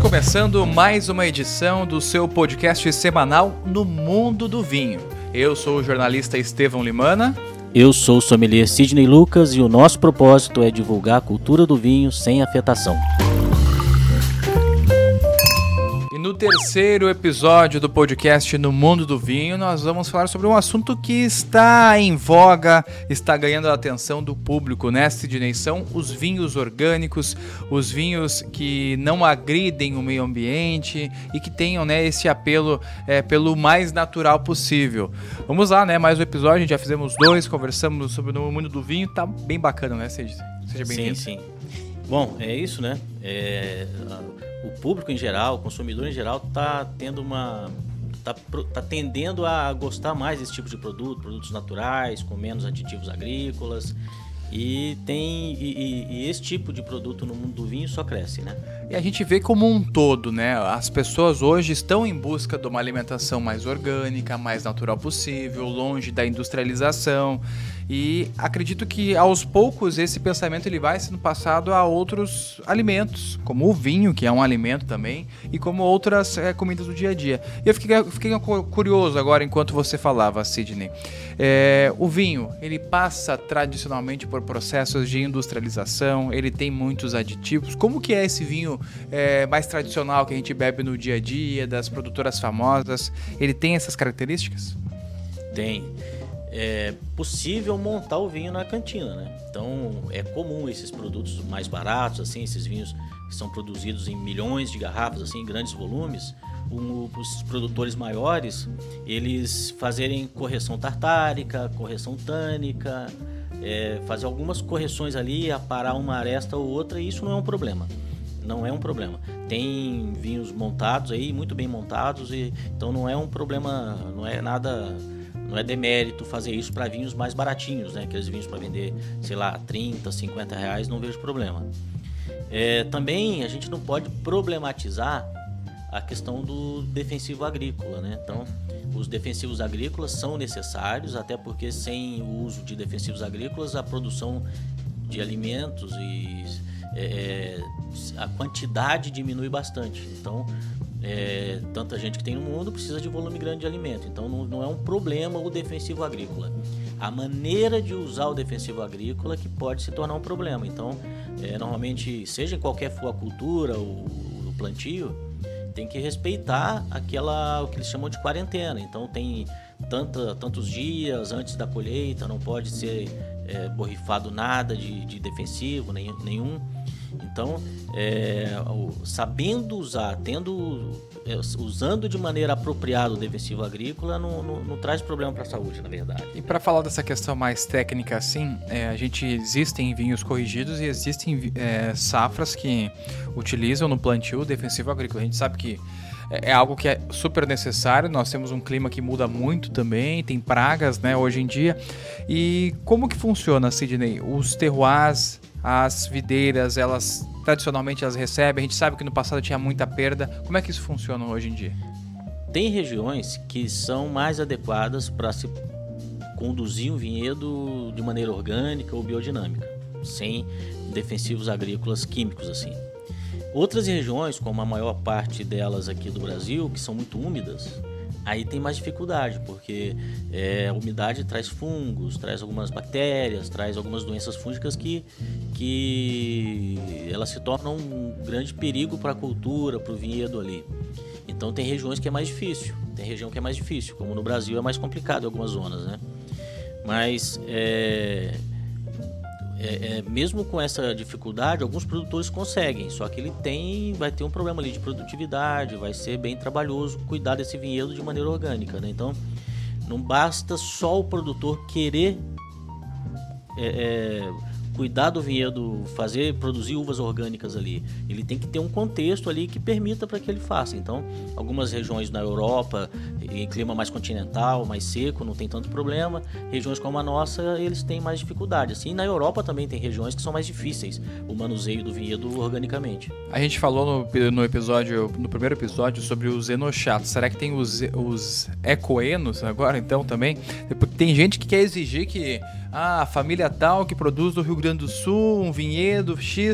começando mais uma edição do seu podcast semanal No Mundo do Vinho. Eu sou o jornalista Estevão Limana. Eu sou o sommelier Sidney Lucas e o nosso propósito é divulgar a cultura do vinho sem afetação. E no terceiro episódio do podcast No Mundo do Vinho, nós vamos falar sobre um assunto que está em voga, está ganhando a atenção do público, né, Sidney? São os vinhos orgânicos, os vinhos que não agridem o meio ambiente e que tenham, né, esse apelo pelo mais natural possível. Vamos lá, né? Mais um episódio, a gente já fizemos 2, conversamos sobre o Mundo do Vinho, tá bem bacana, né, Sidney? Seja bem-vindo. Sim. Bom, é isso, né? O público em geral, o consumidor em geral, tá tendendo a gostar mais desse tipo de produtos naturais, com menos aditivos agrícolas. E esse tipo de produto no mundo do vinho só cresce, né? E a gente vê como um todo, né? As pessoas hoje estão em busca de uma alimentação mais orgânica, mais natural possível, longe da industrialização. E acredito que aos poucos esse pensamento ele vai sendo passado a outros alimentos, como o vinho, que é um alimento também, e como outras comidas do dia a dia. E eu fiquei curioso agora enquanto você falava, Sidney. O vinho, ele passa tradicionalmente por processos de industrialização, ele tem muitos aditivos. Como que é esse vinho mais tradicional que a gente bebe no dia a dia, das produtoras famosas? Ele tem essas características? Tem. É possível montar o vinho na cantina, né? Então é comum esses produtos mais baratos, assim, esses vinhos que são produzidos em milhões de garrafas, assim, em grandes volumes. Os produtores maiores, eles fazerem correção tartárica, correção tânica, fazer algumas correções ali, aparar uma aresta ou outra, e isso não é um problema. Não é um problema. Tem vinhos montados aí, muito bem montados, então não é um problema, não é nada... Não é demérito fazer isso para vinhos mais baratinhos, né? Aqueles vinhos para vender, sei lá, 30, 50 reais, não vejo problema. Também a gente não pode problematizar a questão do defensivo agrícola, né? Então, os defensivos agrícolas são necessários, até porque sem o uso de defensivos agrícolas, a produção de alimentos e a quantidade diminui bastante. Então, tanta gente que tem no mundo precisa de volume grande de alimento, então não é um problema o defensivo agrícola. A maneira de usar o defensivo agrícola que pode se tornar um problema. Então, normalmente, seja em qualquer cultura ou no plantio, tem que respeitar o que eles chamam de quarentena. Então, tem tantos dias antes da colheita, não pode ser borrifado nada de defensivo, nenhum. Então, sabendo usar, usando de maneira apropriada o defensivo agrícola, não traz problema para a saúde, na verdade. E para falar dessa questão mais técnica, assim, existem vinhos corrigidos e existem safras que utilizam no plantio o defensivo agrícola. A gente sabe que é algo que é super necessário, nós temos um clima que muda muito também, tem pragas, né, hoje em dia. E como que funciona, Sidney? Os terroirs, as videiras, tradicionalmente elas recebem, a gente sabe que no passado tinha muita perda. Como é que isso funciona hoje em dia? Tem regiões que são mais adequadas para se conduzir um vinhedo de maneira orgânica ou biodinâmica, sem defensivos agrícolas químicos assim. Outras regiões, como a maior parte delas aqui do Brasil, que são muito úmidas, aí tem mais dificuldade, porque a umidade traz fungos, traz algumas bactérias, traz algumas doenças fúngicas que elas se tornam um grande perigo para a cultura, para o vinhedo ali. Então tem regiões que é mais difícil, como no Brasil é mais complicado em algumas zonas, né? Mas mesmo com essa dificuldade, alguns produtores conseguem, só que vai ter um problema ali de produtividade, vai ser bem trabalhoso cuidar desse vinhedo de maneira orgânica, né? Então, não basta só o produtor querer cuidar do vinhedo, produzir uvas orgânicas ali. Ele tem que ter um contexto ali que permita para que ele faça. Então, algumas regiões na Europa, em clima mais continental, mais seco, não tem tanto problema. Regiões como a nossa, eles têm mais dificuldade. Assim, na Europa também tem regiões que são mais difíceis o manuseio do vinhedo organicamente. A gente falou no primeiro episódio sobre os enochatos. Será que tem os ecoenos agora, então, também? Tem gente que quer exigir que a família tal que produz do Rio Grande do Sul um vinhedo X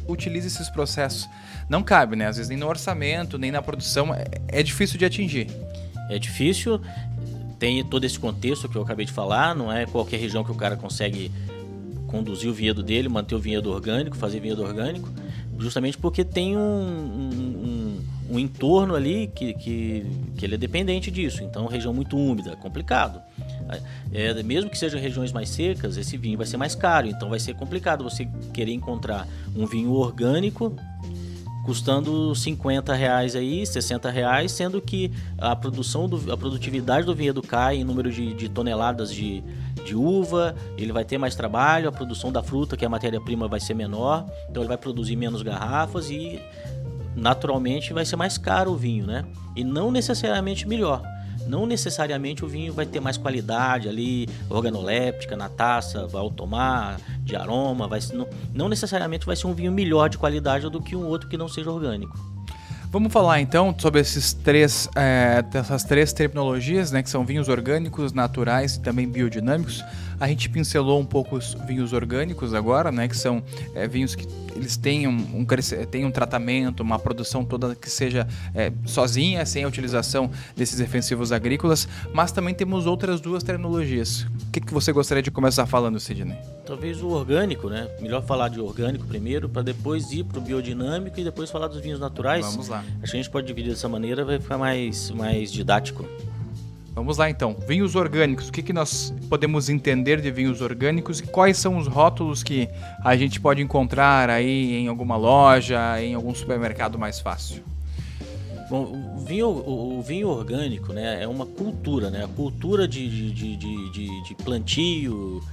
utiliza esses processos? Não cabe, né? Às vezes nem no orçamento, nem na produção, é difícil de atingir. É difícil, tem todo esse contexto que eu acabei de falar, não é qualquer região que o cara consegue conduzir o vinhedo dele, manter o vinhedo orgânico, fazer vinhedo orgânico, justamente porque tem um entorno ali que ele é dependente disso. Então, região muito úmida, complicado. Mesmo que sejam regiões mais secas, esse vinho vai ser mais caro. Então, vai ser complicado você querer encontrar um vinho orgânico custando R$50 aí, R$60, sendo que a produtividade do vinhedo cai em número de toneladas de uva, ele vai ter mais trabalho, a produção da fruta, que é a matéria-prima, vai ser menor, então ele vai produzir menos garrafas e naturalmente vai ser mais caro o vinho, né? E não necessariamente melhor. Não necessariamente o vinho vai ter mais qualidade ali, organoléptica na taça, vai tomar, de aroma, não necessariamente vai ser um vinho melhor de qualidade do que um outro que não seja orgânico. Vamos falar então sobre dessas três terminologias, né, que são vinhos orgânicos, naturais e também biodinâmicos. A gente pincelou um pouco os vinhos orgânicos agora, né, que são vinhos que eles têm um tratamento, uma produção toda que seja sozinha, sem a utilização desses defensivos agrícolas, mas também temos outras duas terminologias. O que você gostaria de começar falando, Sidney? Talvez o orgânico, né? Melhor falar de orgânico primeiro, para depois ir para o biodinâmico e depois falar dos vinhos naturais. Vamos lá. Acho que a gente pode dividir dessa maneira, vai ficar mais didático. Vamos lá então, vinhos orgânicos, o que nós podemos entender de vinhos orgânicos e quais são os rótulos que a gente pode encontrar aí em alguma loja, em algum supermercado mais fácil? Bom, o vinho orgânico, né, é uma cultura, né? A cultura de plantio,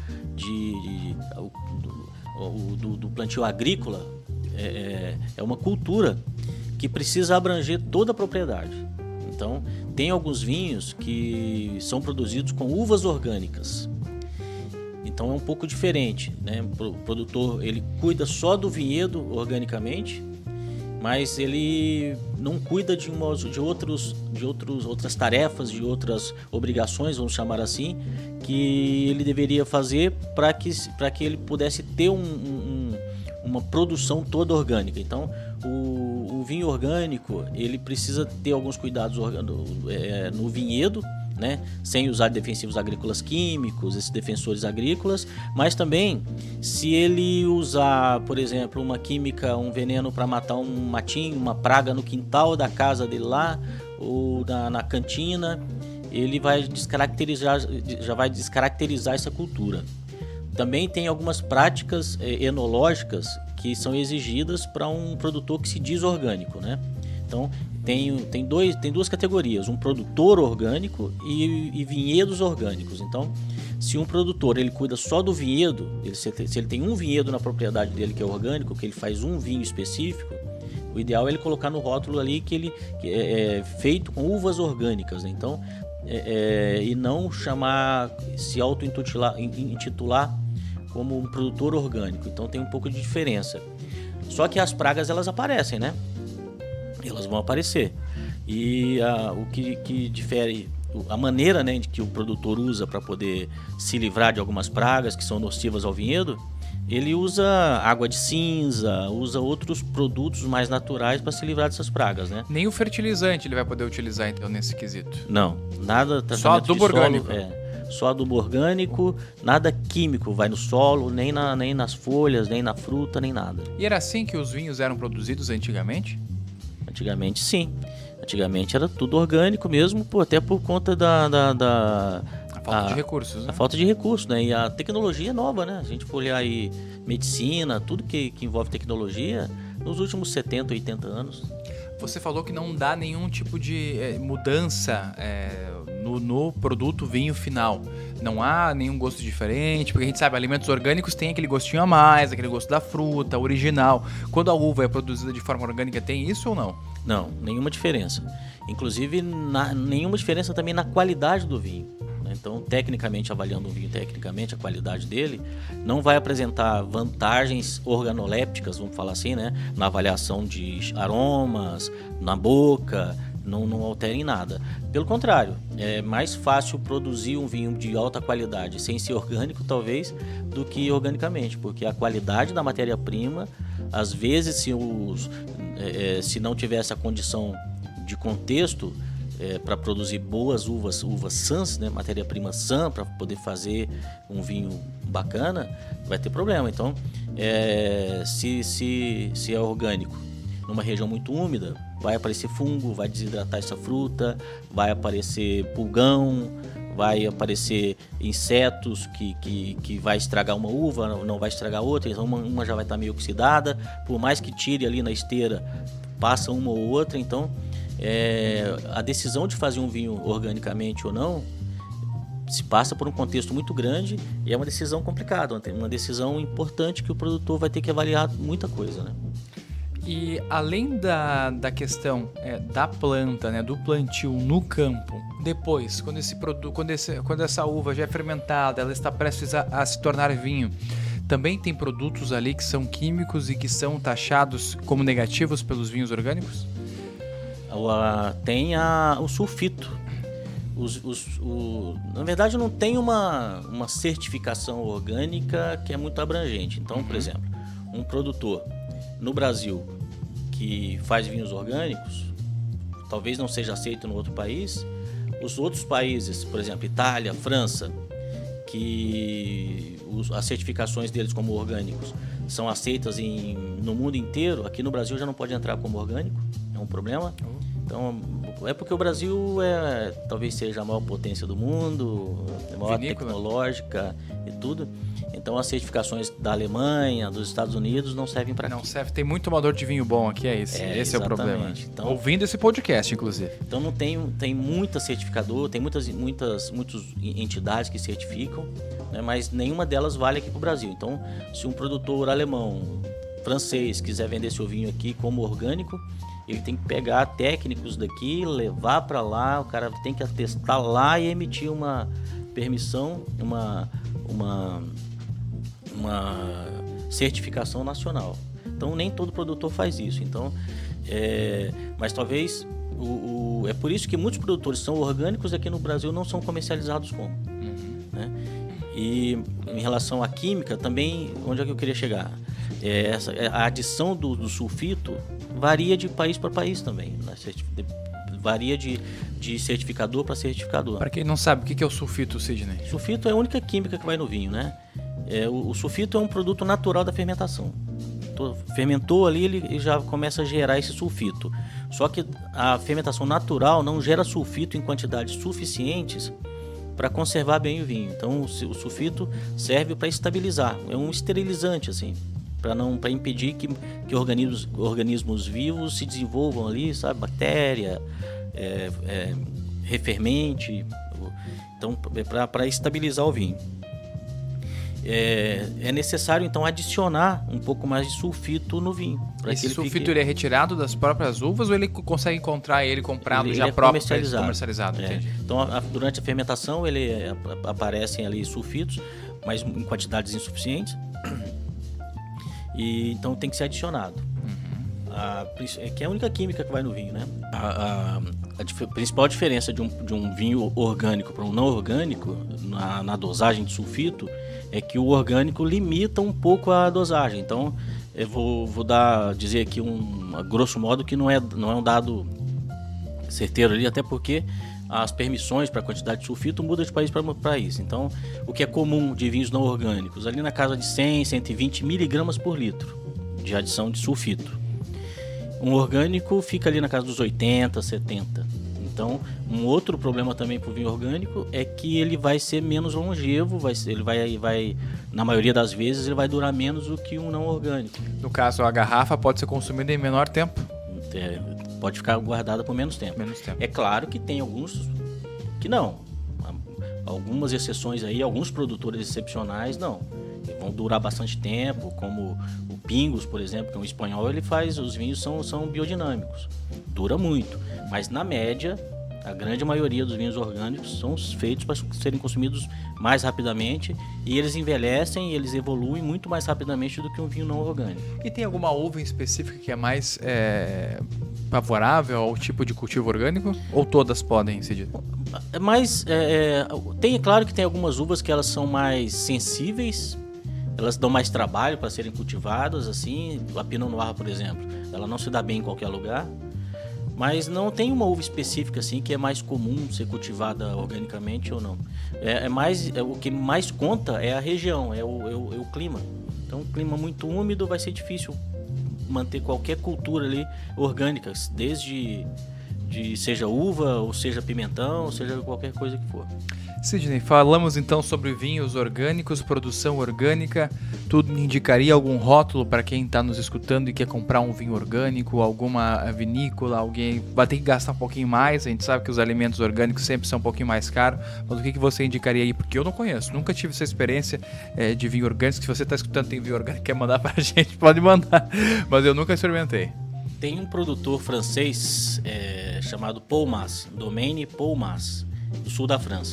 do plantio agrícola é uma cultura que precisa abranger toda a propriedade. Então, tem alguns vinhos que são produzidos com uvas orgânicas. Então, é um pouco diferente, né? O produtor, ele cuida só do vinhedo organicamente, mas ele não cuida de outras tarefas, de outras obrigações, vamos chamar assim, que ele deveria fazer para que ele pudesse ter uma produção toda orgânica. Então, o vinho orgânico, ele precisa ter alguns cuidados no vinhedo, né? Sem usar defensivos agrícolas químicos, esses defensores agrícolas, mas também se ele usar, por exemplo, uma química, um veneno para matar um matinho, uma praga no quintal da casa dele lá, ou na cantina, ele vai já vai descaracterizar essa cultura. Também tem algumas práticas enológicas que são exigidas para um produtor que se diz orgânico, né? Então, tem duas categorias, um produtor orgânico e vinhedos orgânicos. Então, se um produtor ele cuida só do vinhedo, se ele tem um vinhedo na propriedade dele que é orgânico, que ele faz um vinho específico, o ideal é ele colocar no rótulo ali que é feito com uvas orgânicas, né? Então, e não se auto-intitular como um produtor orgânico. Então tem um pouco de diferença. Só que as pragas, elas aparecem, né? Elas vão aparecer. E o que difere, a maneira, né, de que o produtor usa para poder se livrar de algumas pragas que são nocivas ao vinhedo, ele usa água de cinza, usa outros produtos mais naturais para se livrar dessas pragas, né? Nem o fertilizante ele vai poder utilizar, então, nesse quesito? Não, nada. Só adubo orgânico? Só adubo orgânico, nada químico vai no solo, nem nas folhas, nem na fruta, nem nada. E era assim que os vinhos eram produzidos antigamente? Antigamente, sim. Antigamente era tudo orgânico mesmo, até por conta a falta de recursos, né? A falta de recursos, né? E a tecnologia é nova, né? A gente for olhar aí medicina, tudo que envolve tecnologia, nos últimos 70, 80 anos. Você falou que não dá nenhum tipo de mudança no produto vinho final. Não há nenhum gosto diferente, porque a gente sabe, alimentos orgânicos têm aquele gostinho a mais, aquele gosto da fruta, original. Quando a uva é produzida de forma orgânica, tem isso ou não? Não, nenhuma diferença. Inclusive, nenhuma diferença também na qualidade do vinho. Então, tecnicamente, avaliando um vinho tecnicamente, a qualidade dele, não vai apresentar vantagens organolépticas, vamos falar assim, né? Na avaliação de aromas, na boca, não altera em nada. Pelo contrário, é mais fácil produzir um vinho de alta qualidade sem ser orgânico, talvez, do que organicamente, porque a qualidade da matéria-prima, às vezes, se não tivesse a condição de contexto para produzir boas uvas sãs, né, matéria-prima sã, para poder fazer um vinho bacana, vai ter problema. Então, se é orgânico, numa região muito úmida, vai aparecer fungo, vai desidratar essa fruta, vai aparecer pulgão, vai aparecer insetos que vai estragar uma uva, não vai estragar outra, então uma já vai estar meio oxidada, por mais que tire ali na esteira, passa uma ou outra. Então a decisão de fazer um vinho organicamente ou não se passa por um contexto muito grande e é uma decisão complicada, uma decisão importante que o produtor vai ter que avaliar muita coisa, né? E além da questão da planta, né, do plantio no campo, depois, quando essa uva já é fermentada, ela está prestes a se tornar vinho, também tem produtos ali que são químicos e que são taxados como negativos pelos vinhos orgânicos? Tem o sulfito. Na verdade, não tem uma certificação orgânica que é muito abrangente. Então, por exemplo, um produtor no Brasil que faz vinhos orgânicos, talvez não seja aceito no outro país. Os outros países, por exemplo, Itália, França, que as certificações deles como orgânicos são aceitas no mundo inteiro, aqui no Brasil já não pode entrar como orgânico, é um problema. Então, é porque o Brasil talvez seja a maior potência do mundo, a maior tecnológica e tudo. Então, as certificações da Alemanha, dos Estados Unidos não servem para aqui. Não serve, tem muito amador de vinho bom aqui, esse é o problema. Então, ouvindo esse podcast, inclusive. Então, não tem muita certificador, tem muitas entidades que certificam, né, mas nenhuma delas vale aqui para o Brasil. Então, se um produtor alemão, francês, quiser vender seu vinho aqui como orgânico, ele tem que pegar técnicos daqui, levar para lá, o cara tem que atestar lá e emitir uma permissão, uma certificação nacional. Então, nem todo produtor faz isso. Então, mas talvez é por isso que muitos produtores são orgânicos aqui no Brasil não são comercializados como. Né? E em relação à química, também, onde é que eu queria chegar? A adição do sulfito varia de país para país também, né? Varia de certificador para certificador. Para quem não sabe, o que é o sulfito, Sidney? Sulfito é a única química que vai no vinho, né? O sulfito é um produto natural da fermentação. Fermentou ali, ele já começa a gerar esse sulfito. Só que a fermentação natural não gera sulfito em quantidades suficientes para conservar bem o vinho. Então, o sulfito serve para estabilizar, é um esterilizante, assim, para impedir que organismos vivos se desenvolvam ali, sabe? Bactéria, refermente. Então, para estabilizar o vinho. É necessário, então, adicionar um pouco mais de sulfito no vinho. Esse sulfito ele é retirado das próprias uvas ou ele consegue encontrar ele comprado já próprio? Comercializado. Então, durante a fermentação, aparecem ali sulfitos, mas em quantidades insuficientes. E então tem que ser adicionado. Que é a única química que vai no vinho, né? A principal diferença de um vinho orgânico para um não orgânico na dosagem de sulfito é que o orgânico limita um pouco a dosagem. Então eu vou dizer aqui a grosso modo que não é um dado certeiro ali, até porque as permissões para a quantidade de sulfito mudam de país para país. Então, o que é comum de vinhos não orgânicos, ali na casa de 100, 120 miligramas por litro de adição de sulfito. Um orgânico fica ali na casa dos 80, 70. Então, um outro problema também para o vinho orgânico é que ele vai ser menos longevo, ele vai, na maioria das vezes, ele vai durar menos do que um não orgânico. No caso, a garrafa pode ser consumida em menor tempo? Pode ficar guardada por menos tempo. É claro que tem alguns que não. Algumas exceções aí, alguns produtores excepcionais não. Vão durar bastante tempo, como o Pingus, por exemplo, que é um espanhol, os vinhos são biodinâmicos. Dura muito. Mas na média, a grande maioria dos vinhos orgânicos são feitos para serem consumidos mais rapidamente e eles envelhecem e eles evoluem muito mais rapidamente do que um vinho não orgânico. E tem alguma uva em específica que é mais favorável ao tipo de cultivo orgânico? Ou todas podem ser ditas? Mas claro que tem algumas uvas que elas são mais sensíveis, elas dão mais trabalho para serem cultivadas, assim, a Pinot Noir, por exemplo, ela não se dá bem em qualquer lugar, mas não tem uma uva específica assim que é mais comum ser cultivada organicamente ou não. O que mais conta é a região, é o clima. Então, um clima muito úmido vai ser difícil manter qualquer cultura ali orgânica, desde seja uva, ou seja pimentão, ou seja qualquer coisa que for. Sidney, falamos então sobre vinhos orgânicos, produção orgânica. Tudo indicaria algum rótulo para quem está nos escutando e quer comprar um vinho orgânico, alguma vinícola, alguém vai ter que gastar um pouquinho mais. A gente sabe que os alimentos orgânicos sempre são um pouquinho mais caros, mas o que você indicaria aí? Porque eu não conheço, nunca tive essa experiência de vinho orgânico. Se você está escutando tem vinho orgânico, quer mandar para a gente, pode mandar, mas eu nunca experimentei. Tem um produtor francês chamado Poumas, Domaine Poumas, do sul da França.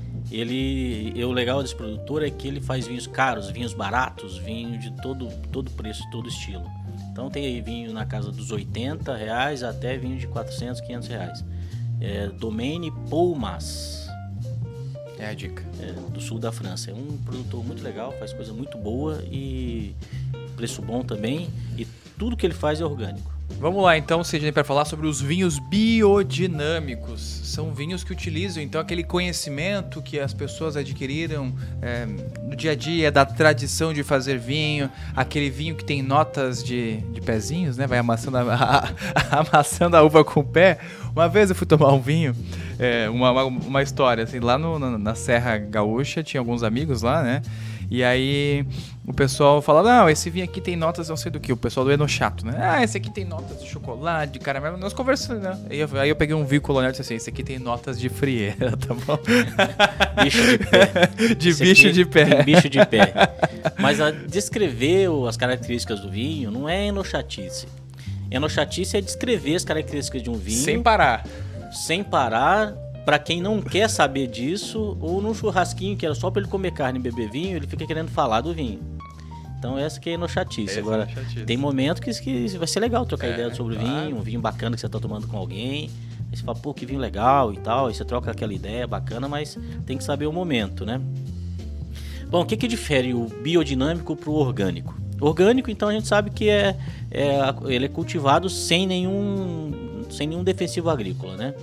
O legal desse produtor é que ele faz vinhos caros, vinhos baratos, vinho de todo preço, todo estilo. Então tem aí vinho na casa dos R$80 até vinho de R$400, R$500. Domaine Poumas. É a dica. Do sul da França. É um produtor muito legal, faz coisa muito boa e preço bom também. E tudo que ele faz é orgânico. Vamos lá então, Sidney, para falar sobre os vinhos biodinâmicos. São vinhos que utilizam então aquele conhecimento que as pessoas adquiriram no dia a dia, da tradição de fazer vinho, aquele vinho que tem notas de pezinhos, né? Vai amassando amassando a uva com o pé. Uma vez eu fui tomar um vinho, uma história, assim, lá na Serra Gaúcha, tinha alguns amigos lá, né? E aí o pessoal fala, não, esse vinho aqui tem notas não sei do que, o pessoal do Enochato, né? Ah, esse aqui tem notas de chocolate, de caramelo, nós conversamos, né? Aí eu peguei um vinho colonial e disse assim, esse aqui tem notas de frieira, tá bom? Bicho de pé. De bicho de pé. Tem bicho de pé. Mas descrever as características do vinho não é enochatice. Enochatice é descrever as características de um vinho. Sem parar. Sem parar. Pra quem não quer saber disso, ou num churrasquinho que era só pra ele comer carne e beber vinho, ele fica querendo falar do vinho. Então essa que é enochatice. Agora, tem momentos que vai ser legal trocar ideia sobre o vinho, um vinho bacana que você tá tomando com alguém. Aí você fala, pô, que vinho legal e tal. Aí você troca aquela ideia bacana, mas tem que saber o momento, né? Bom, o que difere o biodinâmico pro orgânico? Orgânico, então, a gente sabe que ele é cultivado sem nenhum defensivo agrícola, né?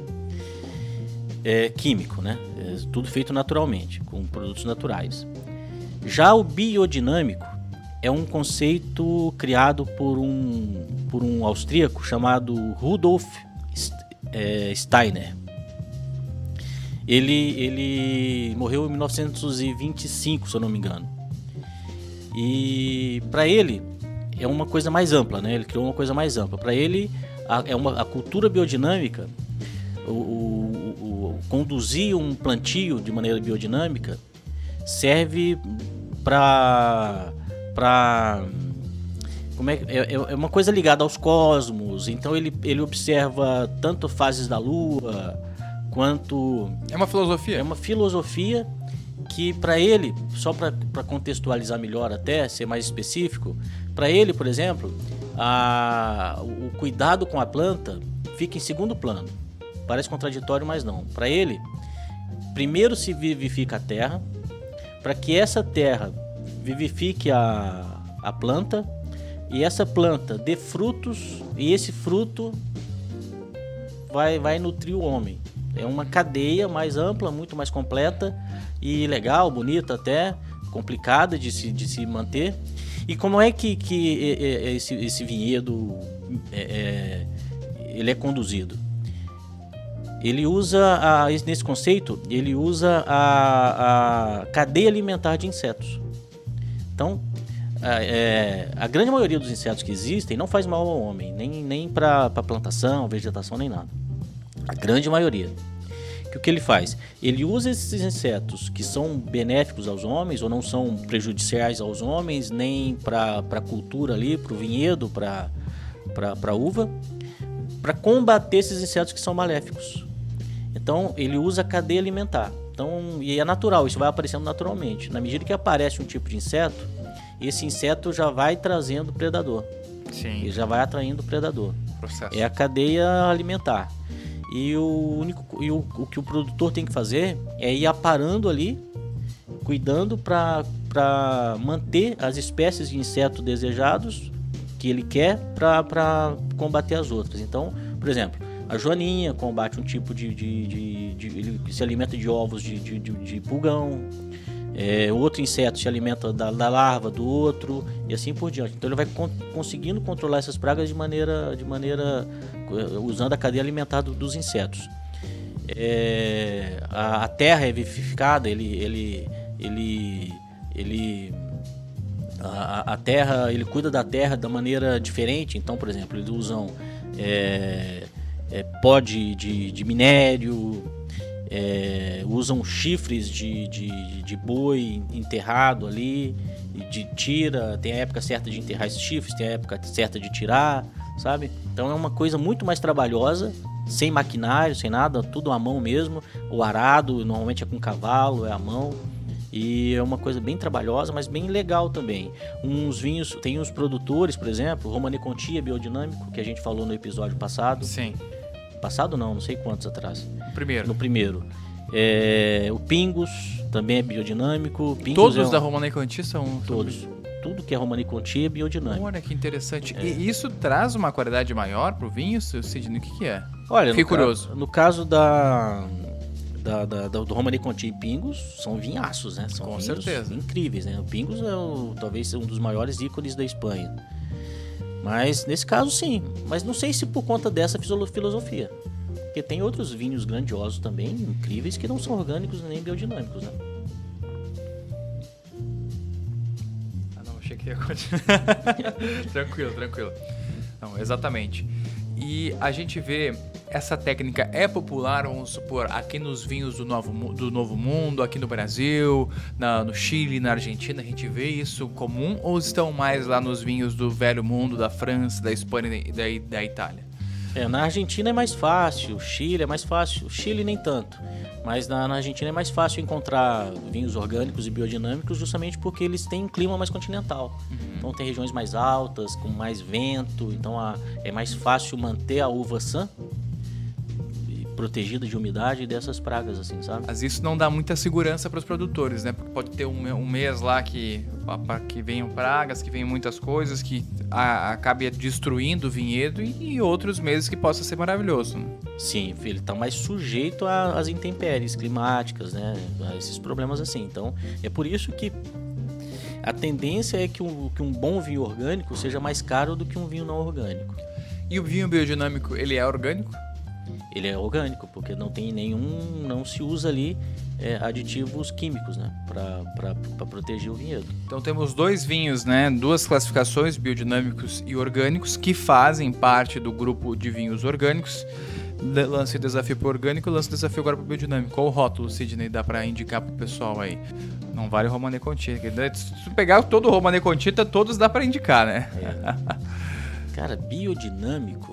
Químico, né? Tudo feito naturalmente, com produtos naturais. Já o biodinâmico é um conceito criado por um austríaco chamado Rudolf Steiner. Ele morreu em 1925, se eu não me engano. E para ele é uma coisa mais ampla, né? Ele criou uma coisa mais ampla. Para ele, a cultura biodinâmica, conduzir um plantio de maneira biodinâmica serve para é uma coisa ligada aos cosmos. Então ele observa tanto fases da lua quanto é uma filosofia que para ele, só para contextualizar melhor, até ser mais específico, para ele, por exemplo, o cuidado com a planta fica em segundo plano. Parece contraditório, mas não. Para ele, primeiro se vivifica a terra, para que essa terra vivifique a planta, e essa planta dê frutos, e esse fruto vai nutrir o homem. É uma cadeia mais ampla, muito mais completa e legal, bonita até, complicada de se manter. E como é que esse vinhedo ele é conduzido? Ele usa, nesse conceito, ele usa a cadeia alimentar de insetos. Então, a grande maioria dos insetos que existem não faz mal ao homem, nem para plantação, vegetação, nem nada. A grande maioria. O que ele faz? Ele usa esses insetos que são benéficos aos homens, ou não são prejudiciais aos homens, nem para a cultura ali, para o vinhedo, para a uva, para combater esses insetos que são maléficos. Então, ele usa a cadeia alimentar. Então, e é natural, isso vai aparecendo naturalmente. Na medida que aparece um tipo de inseto, esse inseto já vai trazendo predador. Sim. Ele já vai atraindo predador. processo. É a cadeia alimentar. E o que o produtor tem que fazer é ir aparando ali, cuidando para manter as espécies de inseto desejados que ele quer para combater as outras. Então, por exemplo, a joaninha combate um tipo ele se alimenta de ovos de pulgão. Outro inseto se alimenta da larva do outro e assim por diante. Então ele vai conseguindo controlar essas pragas de maneira usando a cadeia alimentar dos insetos. A terra é vivificada, a terra, ele cuida da terra da maneira diferente. Então, por exemplo, eles usam pó de minério, usam chifres de boi enterrado ali, tem a época certa de enterrar esses chifres, tem a época certa de tirar, sabe? Então é uma coisa muito mais trabalhosa, sem maquinário, sem nada, tudo à mão mesmo. O arado normalmente é com cavalo, é à mão. E é uma coisa bem trabalhosa, mas bem legal também. Uns vinhos, tem uns produtores, por exemplo, o Romanée Conti é biodinâmico, que a gente falou no episódio passado. Sim. Passado não sei quantos atrás. No primeiro. O Pingus também é biodinâmico. Pingus Todos da Romanée Conti são... Todos. Tudo que é Romanée Conti é biodinâmico. Olha que interessante. E isso traz uma qualidade maior pro vinho, Sidney? O que é? Olha, fiquei curioso. No caso do Romanée Conti e Pingus, são vinhaços, né? São com vinhos certeza. Incríveis, né? O Pingus talvez um dos maiores ícones da Espanha. Mas nesse caso sim. Mas não sei se por conta dessa filosofia. Porque tem outros vinhos grandiosos também, incríveis, que não são orgânicos nem biodinâmicos, né? Achei que ia continuar. Tranquilo. Não, exatamente. E a gente vê essa técnica popular, vamos supor, aqui nos vinhos do Novo Mundo, aqui no Brasil, no Chile, na Argentina, a gente vê isso comum, ou estão mais lá nos vinhos do Velho Mundo, da França, da Espanha e da Itália? Na Argentina é mais fácil, Chile é mais fácil, Chile nem tanto, mas na Argentina é mais fácil encontrar vinhos orgânicos e biodinâmicos justamente porque eles têm um clima mais continental. Então tem regiões mais altas, com mais vento, então é mais fácil manter a uva sã protegida de umidade e dessas pragas, assim, sabe? Mas isso não dá muita segurança para os produtores, né? Porque pode ter um mês lá que venham pragas, que venham muitas coisas, que acabe destruindo o vinhedo, e outros meses que possa ser maravilhoso. Né? Sim, ele está mais sujeito às intempéries climáticas, né? A esses problemas assim. Então, é por isso que a tendência é que um bom vinho orgânico seja mais caro do que um vinho não orgânico. E o vinho biodinâmico, ele é orgânico? Ele é orgânico, porque não se usa ali aditivos químicos, né, para proteger o vinhedo. Então temos dois vinhos, né, duas classificações, biodinâmicos e orgânicos, que fazem parte do grupo de vinhos orgânicos. Lance desafio para o orgânico, lance desafio agora para o biodinâmico. Qual o rótulo, Sidney, dá para indicar para o pessoal aí? Não vale o Romanée Conti. Se pegar todo o Romanée Conti, todos dá para indicar, né? Cara, biodinâmico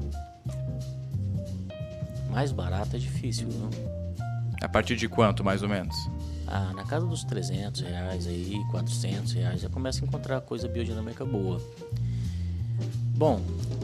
mais barato é difícil, não? A partir de quanto, mais ou menos? Na casa dos R$300 aí, R$400, já começa a encontrar coisa biodinâmica boa. Bom,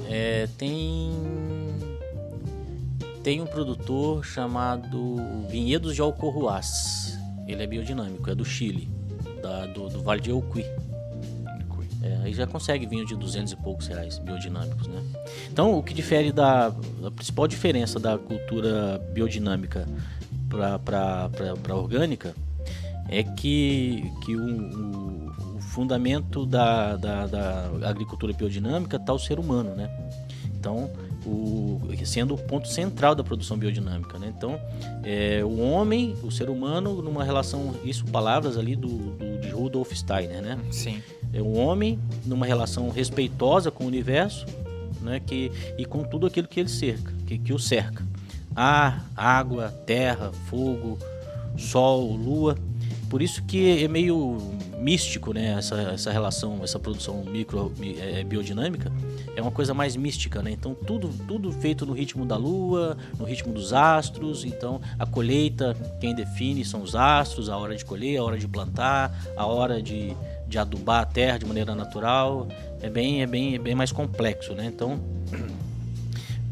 tem um produtor chamado Vinhedos de Alcohuas. Ele é biodinâmico, é do Chile, do Vale de Elqui. Aí já consegue vinho de R$200 e poucos biodinâmicos, né? Então, o que difere a principal diferença da cultura biodinâmica para orgânica é que o fundamento da agricultura biodinâmica está o ser humano, né? Então, sendo o ponto central da produção biodinâmica, né? Então, o homem, o ser humano, numa relação, isso palavras ali de Rudolf Steiner, né? Sim. É o homem numa relação respeitosa com o universo, né, e com tudo aquilo que ele cerca, que o cerca. Ar, água, terra, fogo, sol, lua. Por isso que é meio místico, né, essa relação, essa produção biodinâmica é uma coisa mais mística, né? Então tudo feito no ritmo da lua, no ritmo dos astros. Então a colheita, quem define são os astros, a hora de colher, a hora de plantar, a hora de adubar a terra de maneira natural. É bem mais complexo, né? Então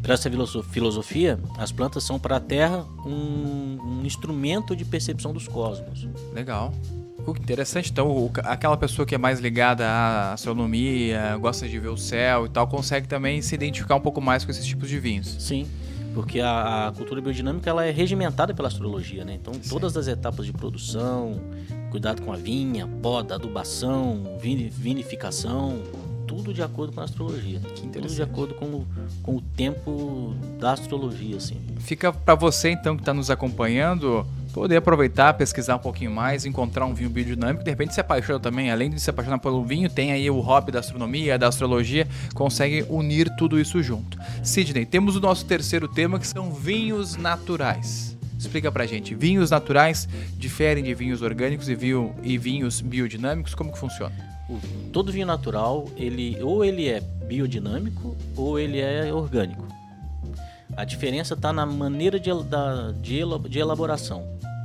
Para essa filosofia, as plantas são para a Terra um instrumento de percepção dos cosmos. Legal. Que interessante. Então, aquela pessoa que é mais ligada à astronomia, gosta de ver o céu e tal, consegue também se identificar um pouco mais com esses tipos de vinhos. Sim, porque a cultura biodinâmica ela é regimentada pela astrologia, né? Então, todas as etapas de produção, cuidado com a vinha, poda, adubação, vinificação, tudo de acordo com a astrologia. Que interessante. Tudo de acordo com o tempo da astrologia, assim. Fica para você, então, que está nos acompanhando, poder aproveitar, pesquisar um pouquinho mais, encontrar um vinho biodinâmico, de repente se apaixona também, além de se apaixonar pelo vinho, tem aí o hobby da astronomia, da astrologia, consegue unir tudo isso junto. Sidney, temos o nosso terceiro tema, que são vinhos naturais. Explica pra gente, vinhos naturais diferem de vinhos orgânicos e vinhos biodinâmicos, como que funciona? Todo vinho natural, ele é biodinâmico ou ele é orgânico. A diferença está na maneira de elaboração.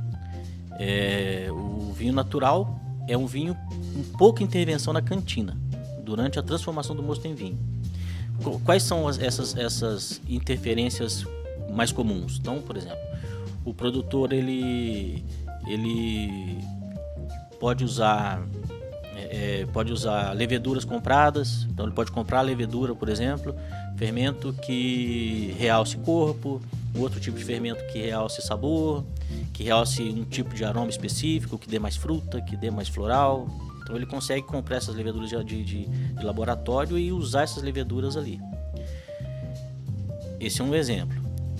O vinho natural é um vinho com pouca intervenção na cantina, durante a transformação do mosto em vinho. Quais são essas interferências mais comuns? Então, por exemplo, o produtor ele pode usar leveduras compradas. Então ele pode comprar levedura, por exemplo, fermento que realce corpo, outro tipo de fermento que realce sabor, que realce um tipo de aroma específico, que dê mais fruta, que dê mais floral. Então ele consegue comprar essas leveduras de laboratório e usar essas leveduras ali. Esse é um exemplo.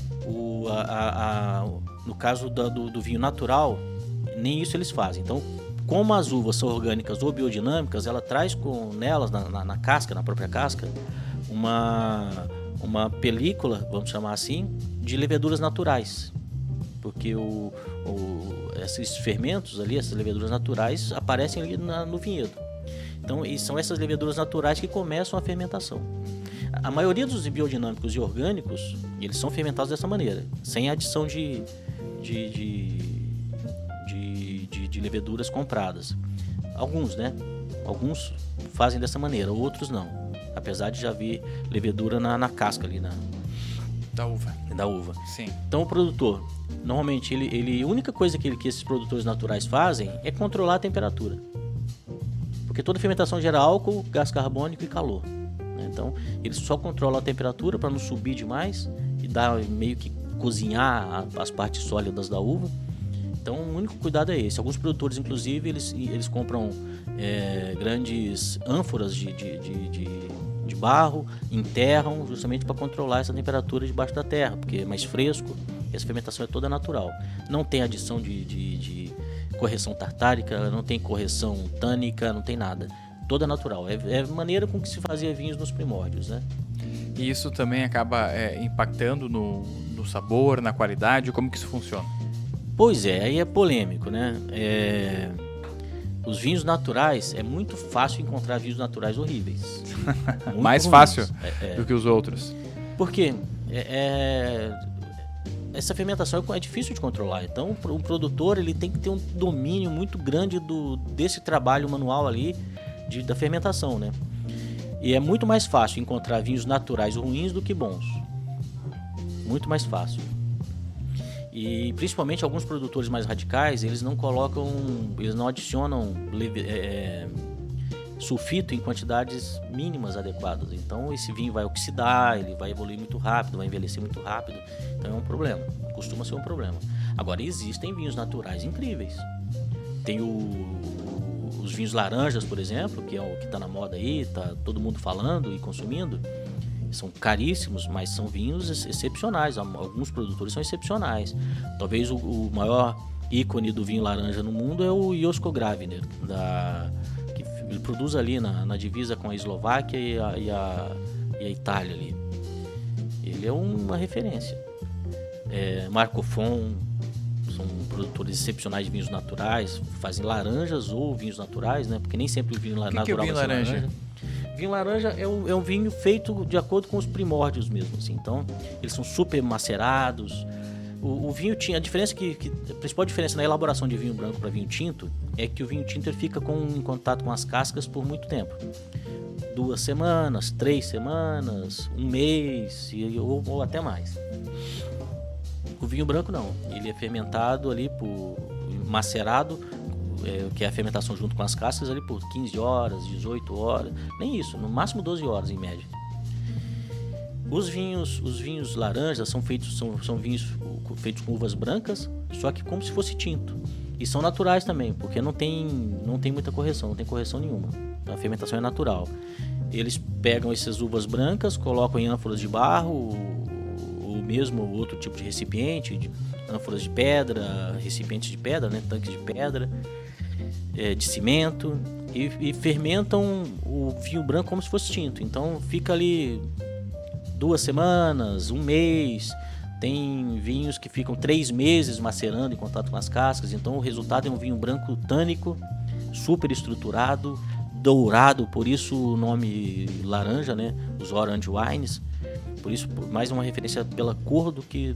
No caso do vinho natural, nem isso eles fazem. Então, como as uvas são orgânicas ou biodinâmicas, ela traz nelas, na casca, na própria casca, uma película, vamos chamar assim, de leveduras naturais. Porque esses fermentos ali, essas leveduras naturais, aparecem ali no vinhedo. Então, e são essas leveduras naturais que começam a fermentação. A maioria dos biodinâmicos e orgânicos, eles são fermentados dessa maneira, sem adição de leveduras compradas. Alguns, né? Alguns fazem dessa maneira, outros não. Apesar de já vir levedura na casca ali, da uva. Sim. Então o produtor, normalmente, a única coisa que esses produtores naturais fazem é controlar a temperatura. Porque toda fermentação gera álcool, gás carbônico e calor. Né? Então eles só controlam a temperatura para não subir demais e dar meio que cozinhar as partes sólidas da uva. Então o único cuidado é esse. Alguns produtores, inclusive, eles compram grandes ânforas de barro, enterram justamente para controlar essa temperatura debaixo da terra, porque é mais fresco e essa fermentação é toda natural. Não tem adição de correção tartárica, não tem correção tânica, não tem nada. Toda natural. É a maneira com que se fazia vinhos nos primórdios, né? E isso também acaba impactando no sabor, na qualidade? Como que isso funciona? Pois é, aí é polêmico, né? Os vinhos naturais, é muito fácil encontrar vinhos naturais horríveis. Mais fácil do que os outros. Porque essa fermentação é difícil de controlar. Então, o produtor ele tem que ter um domínio muito grande desse trabalho manual ali da fermentação, né? E é muito mais fácil encontrar vinhos naturais ruins do que bons. Muito mais fácil. E principalmente alguns produtores mais radicais, eles não adicionam sulfito em quantidades mínimas adequadas. Então esse vinho vai oxidar, ele vai evoluir muito rápido, vai envelhecer muito rápido. Então é um problema, costuma ser um problema. Agora existem vinhos naturais incríveis. Tem os vinhos laranjas, por exemplo, que é o que está na moda aí, tá todo mundo falando e consumindo. São caríssimos, mas são vinhos excepcionais. Alguns produtores são excepcionais. Talvez o maior ícone do vinho laranja no mundo é o Joško Graviner, que ele produz ali na divisa com a Eslováquia e a Itália ali. Ele é uma referência. Marco Fon são produtores excepcionais de vinhos naturais, fazem laranjas ou vinhos naturais, né? Porque nem sempre o vinho natural que é o vinho laranja? Vinho laranja é um vinho feito de acordo com os primórdios mesmo, assim. Então, eles são super macerados. O vinho tinha a diferença a principal diferença na elaboração de vinho branco para vinho tinto é que o vinho tinto ele fica em contato com as cascas por muito tempo. 2 semanas, 3 semanas, 1 mês ou até mais. O vinho branco não, ele é fermentado ali, macerado, que é a fermentação junto com as cascas ali por 15 horas, 18 horas, nem isso, no máximo 12 horas em média. Os vinhos laranjas são vinhos feitos com uvas brancas, só que como se fosse tinto. E são naturais também, porque não tem muita correção, não tem correção nenhuma. A fermentação é natural. Eles pegam essas uvas brancas, colocam em ânforas de barro, ou mesmo outro tipo de recipiente, ânforas de pedra, recipientes de pedra, né, tanques de pedra, de cimento, e fermentam o vinho branco como se fosse tinto. Então fica ali 2 semanas, 1 mês. Tem vinhos que ficam 3 meses macerando em contato com as cascas. Então o resultado é um vinho branco tânico, super estruturado, dourado, por isso o nome laranja, né? Os orange wines. Por isso, mais uma referência pela cor do que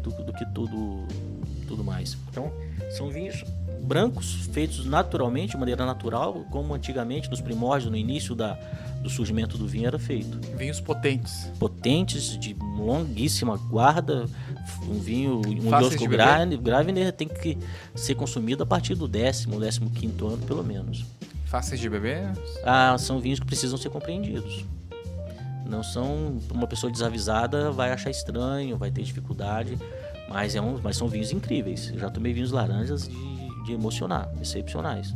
tudo mais. Então, são vinhos brancos feitos naturalmente, de maneira natural, como antigamente, nos primórdios, no início do surgimento do vinho era feito. Vinhos potentes. Potentes, de longuíssima guarda. Um Iosco Graviner tem que ser consumido a partir do 15º ano, pelo menos. Fáceis de beber? São vinhos que precisam ser compreendidos. Não são... Uma pessoa desavisada vai achar estranho, vai ter dificuldade, mas são vinhos incríveis. Eu já tomei vinhos laranjas de emocionar, excepcionais.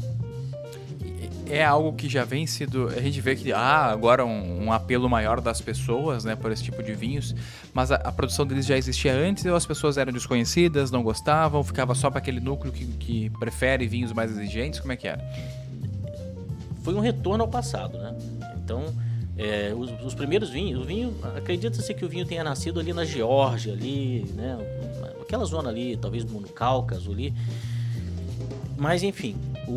É algo que já vem sido... A gente vê que agora um apelo maior das pessoas, né, por esse tipo de vinhos, mas a produção deles já existia antes ou as pessoas eram desconhecidas, não gostavam, ficava só para aquele núcleo que prefere vinhos mais exigentes? Como é que era? Foi um retorno ao passado, né? Então, os primeiros vinhos... Acredita-se que o vinho tenha nascido ali na Geórgia, ali, né? Aquela zona ali, talvez no Cáucaso ali. Mas, enfim,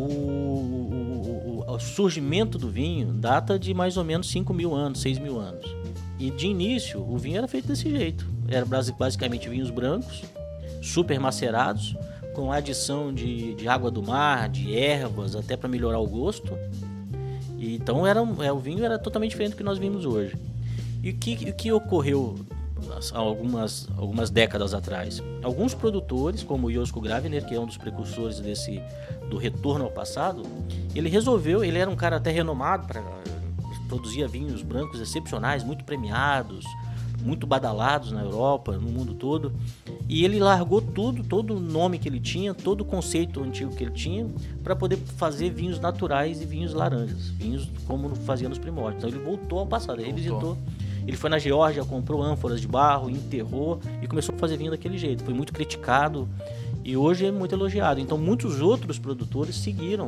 o surgimento do vinho data de mais ou menos 5.000 anos, 6.000 anos. E de início, o vinho era feito desse jeito. Era basicamente vinhos brancos, super macerados, com adição de água do mar, de ervas, até para melhorar o gosto. E então o vinho era totalmente diferente do que nós vimos hoje. E o que ocorreu algumas décadas atrás? Alguns produtores, como o Iosco Graviner, que é um dos precursores do retorno ao passado, ele era um cara até renomado, produzia vinhos brancos excepcionais, muito premiados, muito badalados na Europa, no mundo todo, e ele largou todo o nome que ele tinha, todo o conceito antigo que ele tinha, para poder fazer vinhos naturais e vinhos laranjas, vinhos como fazia nos primórdios. Então ele voltou ao passado, ele visitou. Ele foi na Geórgia, comprou ânforas de barro, enterrou e começou a fazer vinho daquele jeito. Foi muito criticado e hoje é muito elogiado. Então muitos outros produtores seguiram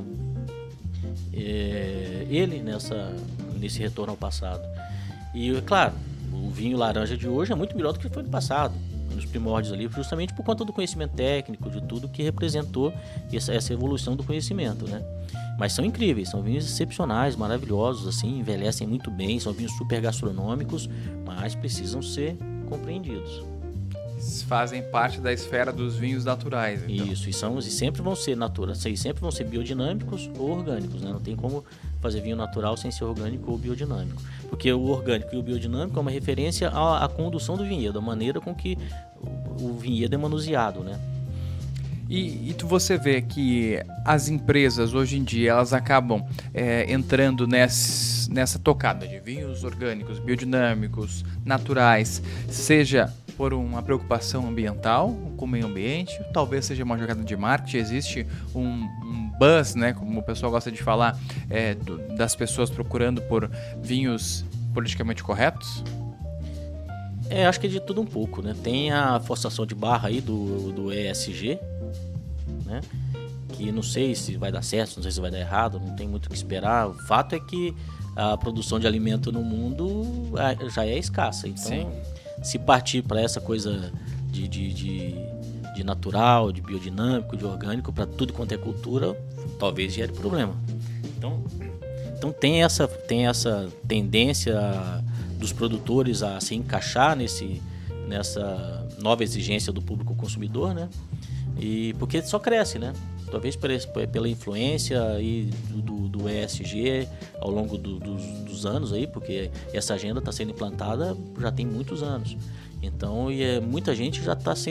ele nesse retorno ao passado. E, claro, o vinho laranja de hoje é muito melhor do que foi no passado, nos primórdios ali, justamente por conta do conhecimento técnico, de tudo que representou essa evolução do conhecimento, né? Mas são incríveis, são vinhos excepcionais, maravilhosos, assim, envelhecem muito bem, são vinhos super gastronômicos, mas precisam ser compreendidos. Fazem parte da esfera dos vinhos naturais, então. Isso, e sempre vão ser naturais, sempre vão ser biodinâmicos ou orgânicos, né? Não tem como fazer vinho natural sem ser orgânico ou biodinâmico, porque o orgânico e o biodinâmico é uma referência à condução do vinhedo, a maneira com que o vinhedo é manuseado, né? E você vê que as empresas hoje em dia elas acabam entrando nessa tocada de vinhos orgânicos, biodinâmicos, naturais, seja por uma preocupação ambiental com o meio ambiente, talvez seja uma jogada de marketing, existe um buzz, né, como o pessoal gosta de falar, das pessoas procurando por vinhos politicamente corretos? Acho que é de tudo um pouco, né? Tem a forçação de barra aí do ESG, né? Que não sei se vai dar certo, não sei se vai dar errado, não tem muito o que esperar. O fato é que a produção de alimento no mundo já é escassa, então sim, se partir para essa coisa de natural, de biodinâmico, de orgânico, para tudo quanto é cultura, talvez gere problema. Então tem essa tendência dos produtores a se encaixar nessa nova exigência do público consumidor, né? E porque só cresce, né? talvez pela influência aí do ESG ao longo dos anos aí, porque essa agenda está sendo implantada já tem muitos anos. Então, muita gente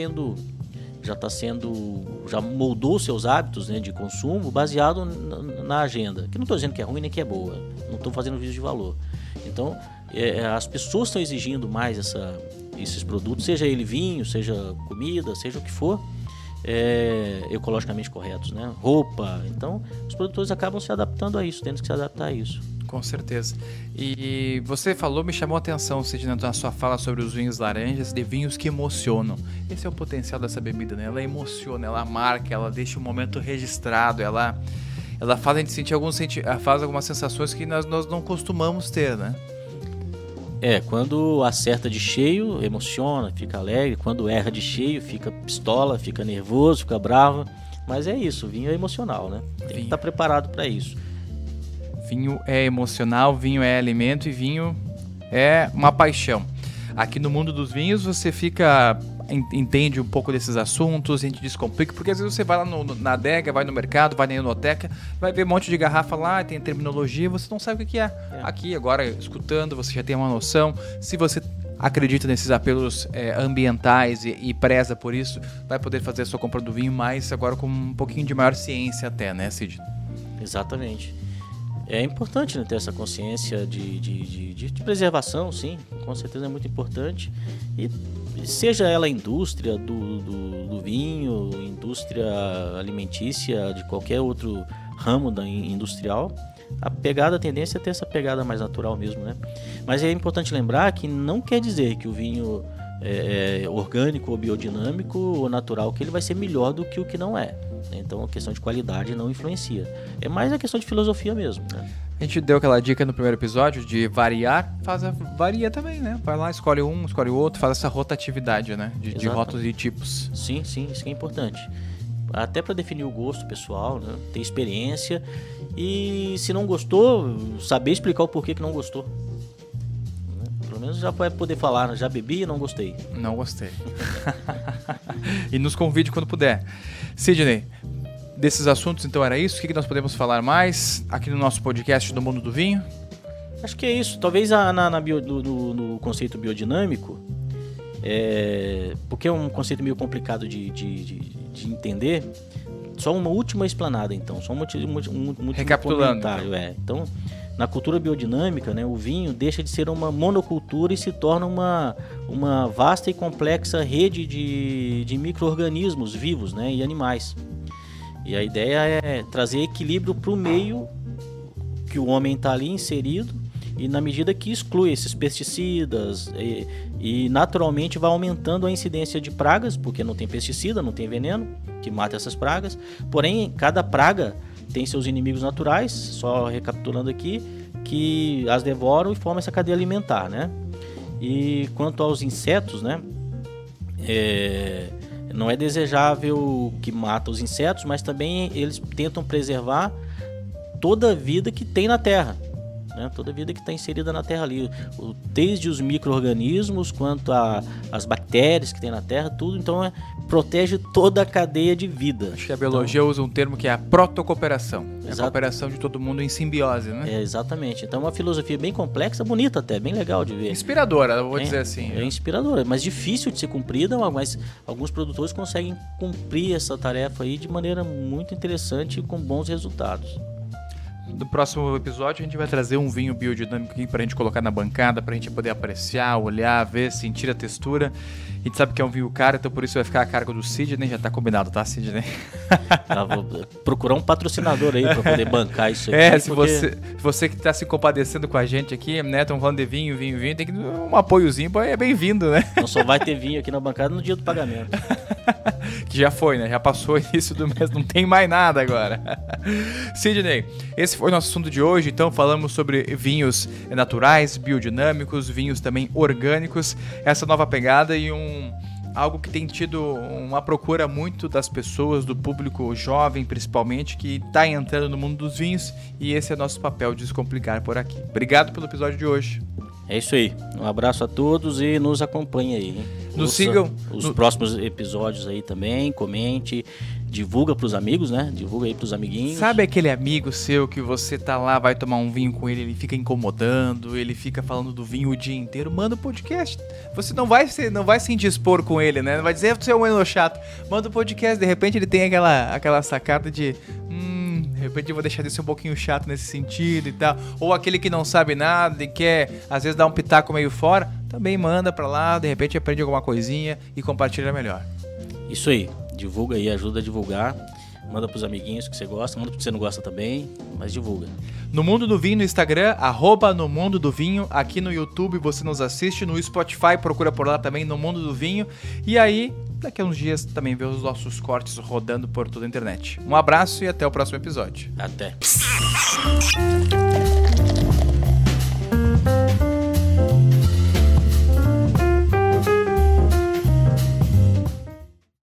já moldou seus hábitos, né, de consumo baseado na agenda. Que não estou dizendo que é ruim nem que é boa, não estou fazendo vídeo de valor. Então, as pessoas estão exigindo mais esses produtos, seja ele vinho, seja comida, seja o que for, ecologicamente corretos, né? Roupa. Então, os produtores acabam se adaptando a isso, tendo que se adaptar a isso. Com certeza. E você me chamou a atenção, Sidney, na sua fala sobre os vinhos laranjas, de vinhos que emocionam. Esse é o potencial dessa bebida, né? Ela emociona, ela marca, ela deixa um momento registrado, ela faz a gente sentir faz algumas sensações que nós não costumamos ter, né? Quando acerta de cheio, emociona, fica alegre. Quando erra de cheio, fica pistola, fica nervoso, fica bravo. Mas é isso, vinho é emocional, né? Tem que estar preparado para isso. Vinho é emocional, vinho é alimento e vinho é uma paixão. Aqui no mundo dos vinhos você entende um pouco desses assuntos, a gente descomplica, porque às vezes você vai lá na adega, vai no mercado, vai na enoteca, vai ver um monte de garrafa lá, tem terminologia, você não sabe o que é. Aqui, agora, escutando, você já tem uma noção. Se você acredita nesses apelos ambientais e preza por isso, vai poder fazer a sua compra do vinho, mas agora com um pouquinho de maior ciência até, né, Cid? Exatamente. É importante, né, ter essa consciência de preservação, sim, com certeza é muito importante. E seja ela a indústria do vinho, indústria alimentícia, de qualquer outro ramo industrial, a tendência é ter essa pegada mais natural mesmo, né? Mas é importante lembrar que não quer dizer que o vinho orgânico ou biodinâmico ou natural, que ele vai ser melhor do que o que não é. Então a questão de qualidade não influencia. É mais a questão de filosofia mesmo, né? A gente deu aquela dica no primeiro episódio de variar, varia também, né? Vai lá, escolhe um, escolhe o outro, faz essa rotatividade, né? De rótulos e tipos. Sim, isso que é importante. Até para definir o gosto pessoal, né? Ter experiência e, se não gostou, saber explicar o porquê que não gostou. Pelo menos já vai poder falar, já bebi e não gostei. Não gostei. E nos convide quando puder. Sidney, desses assuntos, então era isso? O que nós podemos falar mais aqui no nosso podcast do Mundo do Vinho? Acho que é isso. Talvez no conceito biodinâmico, porque é um conceito meio complicado de entender, só uma última explanada, então. Só um último recapitulando. Comentário. Então, na cultura biodinâmica, né, o vinho deixa de ser uma monocultura e se torna uma vasta e complexa rede de micro-organismos vivos, né, e animais. E a ideia é trazer equilíbrio para o meio que o homem está ali inserido, e na medida que exclui esses pesticidas e naturalmente vai aumentando a incidência de pragas, porque não tem pesticida, não tem veneno que mata essas pragas. Porém, cada praga tem seus inimigos naturais, só recapitulando aqui, que as devoram e formam essa cadeia alimentar, né? E quanto aos insetos, né? Não é desejável que mata os insetos, mas também eles tentam preservar toda a vida que tem na Terra, né? Toda a vida que está inserida na Terra ali, desde os micro-organismos quanto as bactérias que tem na Terra, tudo. Então protege toda a cadeia de vida. Acho que a biologia usa um termo que é a protocooperação. É a cooperação de todo mundo em simbiose, né? Exatamente. Então é uma filosofia bem complexa, bonita até, bem legal de ver. Inspiradora, eu vou dizer assim. É inspiradora, mas difícil de ser cumprida, mas alguns produtores conseguem cumprir essa tarefa aí de maneira muito interessante e com bons resultados. No próximo episódio a gente vai trazer um vinho biodinâmico aqui pra gente colocar na bancada, pra gente poder apreciar, olhar, ver, sentir a textura. A gente sabe que é um vinho caro, então por isso vai ficar a cargo do Sidney, já tá combinado, tá, Sidney? Vou procurar um patrocinador aí pra poder bancar isso aqui. Se você que tá se compadecendo com a gente aqui, né, estão falando de vinho, tem que um apoiozinho, é bem-vindo, né? Não só vai ter vinho aqui na bancada no dia do pagamento. Que já foi, né? Já passou o início do mês, não tem mais nada agora. Sidney, esse foi o nosso assunto de hoje. Então falamos sobre vinhos naturais, biodinâmicos, vinhos também orgânicos, essa nova pegada e algo que tem tido uma procura muito das pessoas, do público jovem principalmente, que está entrando no mundo dos vinhos, e esse é nosso papel de descomplicar por aqui. Obrigado pelo episódio de hoje. É isso aí. Um abraço a todos e nos acompanhe aí, hein? Nos sigam os próximos episódios aí também, comente, divulga pros amigos, né? Divulga aí pros amiguinhos. Sabe aquele amigo seu que você tá lá, vai tomar um vinho com ele, ele fica incomodando, ele fica falando do vinho o dia inteiro? Manda um podcast. Você não vai se indispor com ele, né? Não vai dizer que você é um menino chato. Manda um podcast, de repente ele tem aquela sacada de... de repente eu vou deixar de ser um pouquinho chato nesse sentido e tal. Ou aquele que não sabe nada e quer, às vezes, dar um pitaco meio fora. Também manda pra lá, de repente aprende alguma coisinha e compartilha melhor. Isso aí. Divulga aí, ajuda a divulgar. Manda pros amiguinhos que você gosta, manda pro que você não gosta também, mas divulga. No Mundo do Vinho no Instagram, @No Mundo do Vinho. Aqui no YouTube você nos assiste, no Spotify procura por lá também, No Mundo do Vinho. E aí, daqui a uns dias também vê os nossos cortes rodando por toda a internet. Um abraço e até o próximo episódio. Até.